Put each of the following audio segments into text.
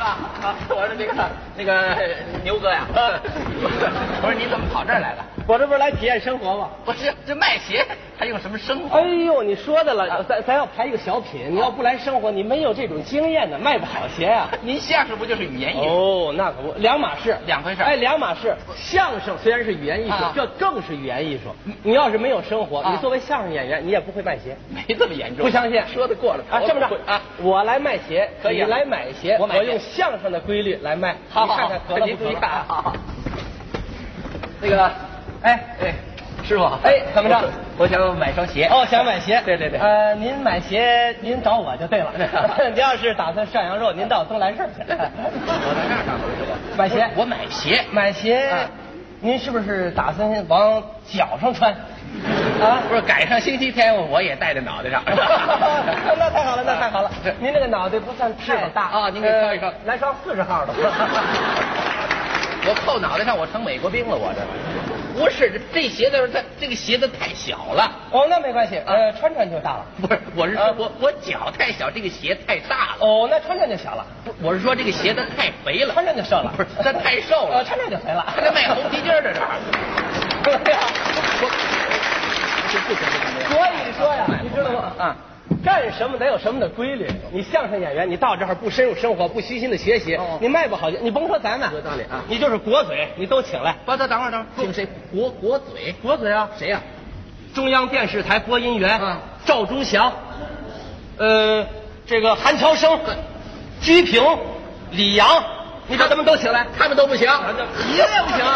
吧？啊，我说那个牛哥呀，我说你怎么跑这儿来了？ 我这不是来体验生活吗？ 不是，这卖鞋还用什么生活？ 哎呦，你说的了，咱要拍一个小品，你要不来生活，你没有这种经验的，卖不好鞋呀。 您相声不就是语言艺术？ 哦，那可不，两码事， 两回事。 哎，两码事。相声虽然是语言艺术，这更是语言艺术。你要是没有生活，你作为相声演员，你也不会卖鞋。 没这么严重。 不相信？ 说得过了啊，这么着啊，我来卖鞋， 可以你来买鞋，我用相声的规律来卖。 好， 你看看可了不可？ 你看啊。那个，哎，师傅， 哎，怎么着？ 我想买双鞋。 哦，想买鞋？ 对。 您买鞋，您找我就对了。您要是打算涮羊肉，您到东来顺去。 我在那儿干什么？ 买鞋？ 我买鞋。 买鞋？您是不是打算往脚上穿？啊， 不是，赶上星期天我也戴在脑袋上。 那太好了，那太好了。您这个脑袋不算太大啊，您给挑一双， 来双40号的。 我扣脑袋上，我成美国兵了，我这。不是，这鞋子这个鞋子太小了。 哦，那没关系，穿就大了。 不是，我是说我脚太小，这个鞋太大了。 哦，那穿就小了。 我是说这个鞋子太肥了， 穿就瘦了。 不是，它太瘦了， 穿就肥了。 他这卖红皮筋的这儿。 对呀，所以说呀，你知道吗？啊。干什么得有什么的规律。你相声演员，你到这儿不深入生活，不虚心的学习，你卖不好。你甭说咱们， 有道理啊。 你就是国嘴，你都请来。 等会儿，请谁？国嘴啊？谁呀？ 中央电视台播音员赵忠祥，这个韩乔生、鞠萍、李阳，你把他们都请来。 他们都不行， 一个也不行。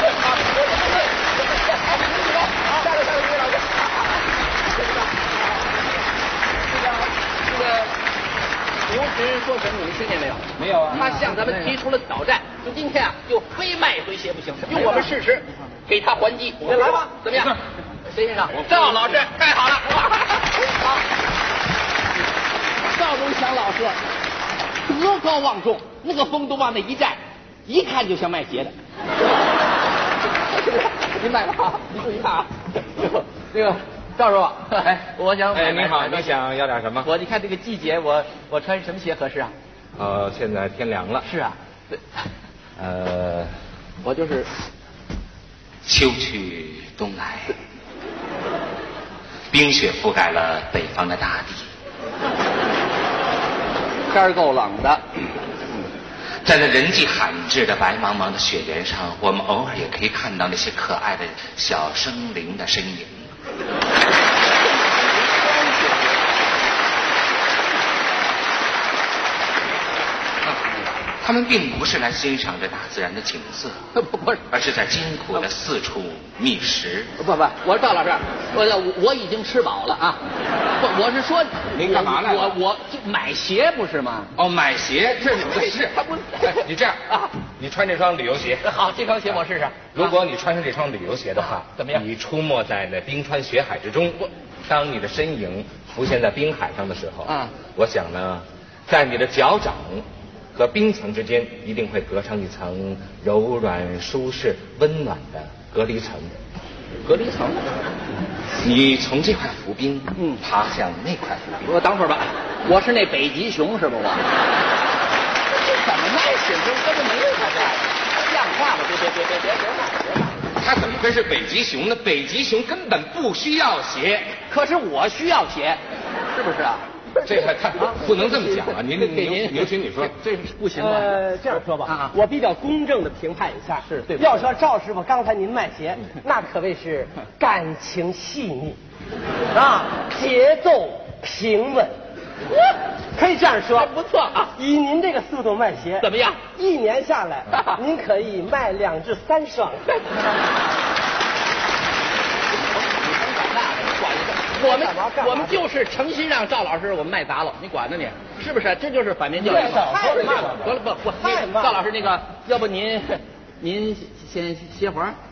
刘石说什么你们听见没有？ 没有啊。 他向咱们提出了挑战，就今天啊，就非卖回鞋不行，用我们试试，给他还击。 来吧， 怎么样？谁先上？赵老师，太好了！好，赵忠祥老师德高望重，那个风度往那一站，一看就像卖鞋的。您买吧，你注意看啊。这个。赵师傅，哎，我想您好，你想要点什么？ 你看这个季节，我穿什么鞋合适啊？ 现在天凉了。 是啊，我就是秋去冬来，冰雪覆盖了北方的大地， 天儿够冷的。 在那人迹罕至的白茫茫的雪原上，我们偶尔也可以看到那些可爱的小生灵的身影。他们并不是来欣赏这大自然的景色， 不是， 而是在艰苦的四处觅食。 不，我说赵老师，我已经吃饱了啊。我是说， 您干嘛来了？ 我就买鞋不是吗？ 哦，买鞋，这是是，他不， 你这样啊，你穿这双旅游鞋。 好，这双鞋我试试。 如果你穿上这双旅游鞋的话， 怎么样？ 你出没在那冰川雪海之中，当你的身影浮现在冰海上的时候，我想呢，在你的脚掌和冰层之间一定会隔上一层柔软、舒适、温暖的隔离层。 隔离层。 你从这块浮冰，爬向那块浮冰。 我等会儿吧，我是那北极熊是吧？我怎么卖水平根本没有他这样，像话吗？别！ 他怎么会是北极熊呢？北极熊根本不需要鞋， 可是我需要鞋，是不是啊？ 这还不能这么讲啊！牛群，你说这是不行吧？ 这样说吧，我比较公正的评判一下，是对。要说赵师傅刚才您卖鞋，那可谓是感情细腻，啊，节奏平稳，可以这样说， 不错啊。 以您这个速度卖鞋， 怎么样 ？1年下来，您可以卖2至3双。 我们就是诚心让赵老师我们卖砸了，你管呢你？是不是？这就是反面教育。 太慢了， 得了不， 太慢。 赵老师那个，要不您先歇会儿。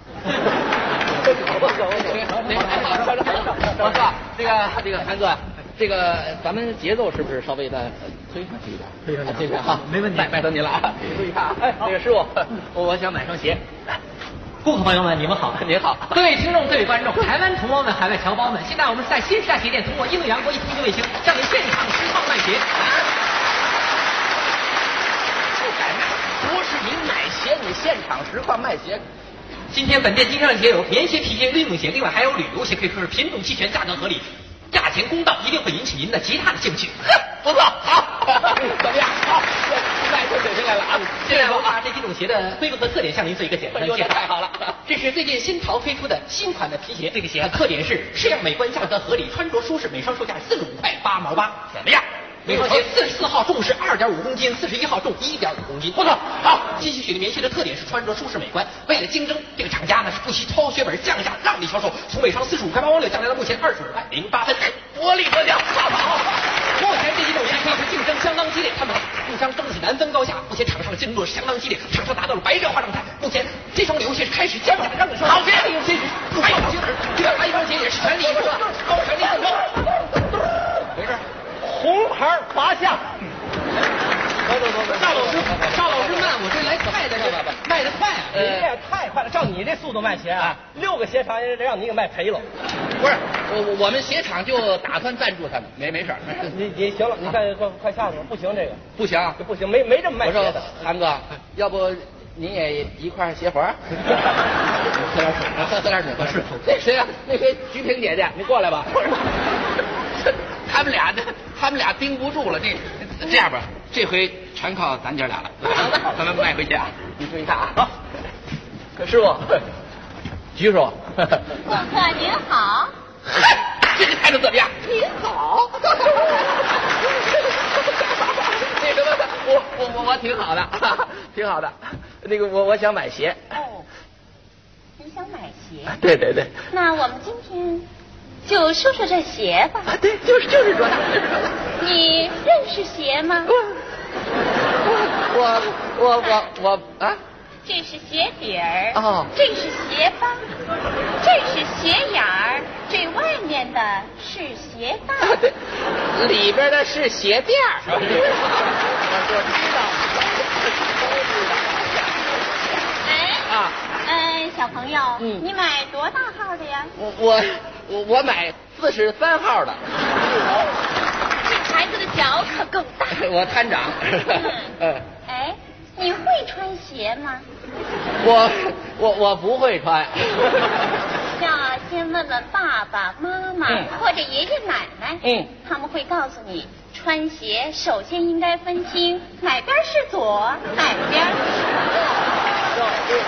我说这个韩哥，这个咱们节奏是不是稍微的推上去一点？推上去哈，没问题。拜托您了啊！你注意看啊，这个师傅，我想买双鞋。 顾客朋友们，你们好！ 您好， 各位听众、各位观众、台湾同胞们、海外侨胞们，现在我们在新时代鞋店通过印度洋国际通讯卫星向您现场实况卖鞋。 现场实况卖鞋。 今天本店经销的鞋有棉鞋、皮鞋、运动鞋，另外还有旅游鞋，可以说是品种齐全，价格合理，价钱公道，一定会引起您的极大的兴趣。 不错，好，怎么样？好，卖出水平来了啊！ 现在我把这几种鞋的规格和特点向您做一个简单的介绍。 太好了， 这是最近新淘推出的新款的皮鞋，这个鞋特点是式样美观，价格合理，穿着舒适，每双售价45块8毛8，怎么样？每双鞋44号重是2.5公斤，41号重1.5公斤，不错。好，金希许的棉鞋的特点是穿着舒适美观，为了竞争，这个厂家呢是不惜掏血本降价让利销售，从每双45块8毛6降到了目前25块08分， 我立刻讲。 目前这几种鞋可以说竞争相当激烈，他们互相争得是难分高下。目前场上的竞争是相当激烈，厂商达到了白热化状态。目前这双旅游鞋是开始降价让利销售，好鞋旅游鞋是还有鞋子，这个还一双鞋也是全力以赴，高全力以赴。没事。 红牌罚下。 赵老师慢，我这来快的，卖得快啊！ 你这也太快了，照你这速度卖鞋啊，6个鞋厂让你给卖赔了。 不是，我们鞋厂就打算赞助他们，没事儿。 你行了，你看快下去了，不行这个不行， 不行，没这么卖鞋的。 我说韩哥，要不您也一块协活？喝点水，是。那谁啊？那谁菊萍姐姐，你过来吧。他们俩盯不住了，这样吧，这回全靠咱姐俩了。咱们卖回去啊！你注意看啊！好，师傅，菊叔， 顾客您好。 这个态度怎么样？ 您好。 那什么，我挺好的，挺好的。那个我想买鞋。 哦，你想买鞋？ 对对对。 那我们今天就说说这鞋吧。 啊，对，就是说它。 你认识鞋吗？ 我啊。 这是鞋底儿， 哦， 这是鞋帮，这是鞋眼儿，这外面的是鞋带， 啊，对，里边的是鞋垫儿。我知道。哎，小朋友，你买多大号的呀？ 我买43号的。 这孩子的脚可够大。 我摊长。 哎，你会穿鞋吗？ 我不会穿。 要先问问爸爸妈妈或者爷爷奶奶，他们会告诉你，穿鞋首先应该分清哪边是左，哪边是右。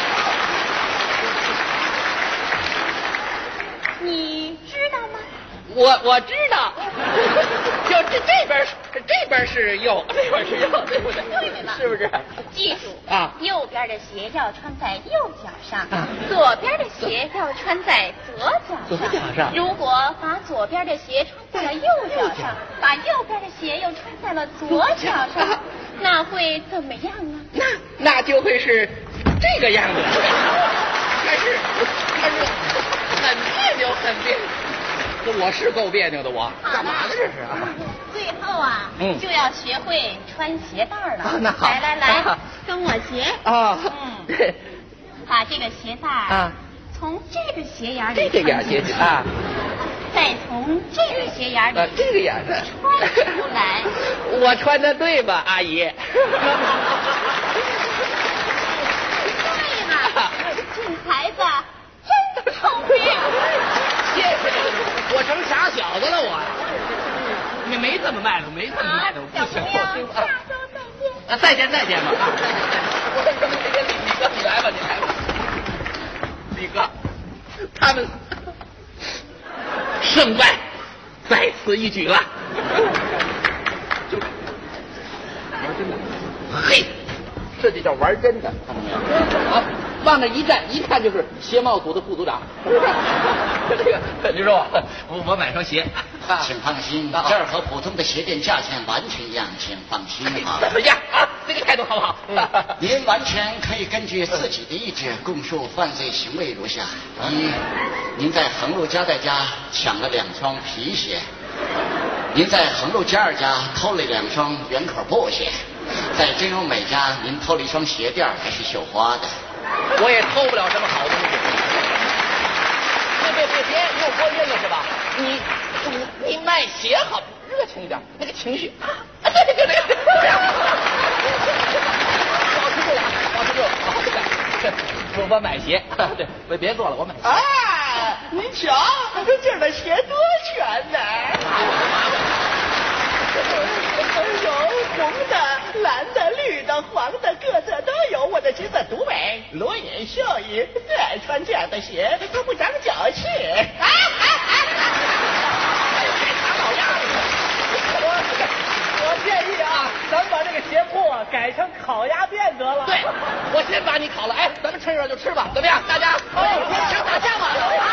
你知道吗？ 我知道，就这边是右，那边是右，对不对？ 对了， 是不是？ 记住啊， 右边的鞋要穿在右脚上，左边的鞋要穿在左脚上。如果把左边的鞋穿在了右脚上，把右边的鞋又穿在了左脚上，那会怎么样呢？ 那就会是这个样子。但是很别扭，很别扭。我是够别扭的，我干嘛呢这是啊？ 最后啊，就要学会穿鞋带了。 那好， 来，跟我学啊。 把这个鞋带啊，从这个鞋眼里这个鞋啊， 再从这个鞋眼里这个眼子穿出来。 我穿的对吧，阿姨？ 对了，这孩子真聪明。 谢谢。我成傻小子了，我你没这么卖的，没这么卖的， 小朋友，下周再见。再见吧。李哥，你来吧，李哥，他们胜败在此一举了。玩真的，嘿，这就叫玩真的。啊，往那一站，一看就是鞋帽组的副组长。这个李叔，我买双鞋， 请放心，这儿和普通的鞋店价钱完全一样，请放心啊。 怎么样啊？这个态度好不好？ 您完全可以根据自己的意志供述犯罪行为如下：一，您在横路夹带家抢了2双皮鞋；您在横路加尔家偷了2双圆口布鞋；在真荣美家您偷了1双鞋垫，还是绣花的。 我也偷不了什么好东西。别又播音了是吧？你卖鞋好热情一点，那个情绪。对。保持住了，保持住。 我买鞋，对，别做了，我买鞋。 哎，您瞧，这儿的鞋多全呢！有红的、蓝的、绿的、黄的，各色都有。我的鞋子独美，罗隐秀逸，最爱穿这样的鞋，它不长脚气。老样子。我建议啊，咱们把这个鞋铺改成烤鸭店得了。 对，我先把你烤了，哎，咱们趁热就吃吧，怎么样？大家， 想打架吗？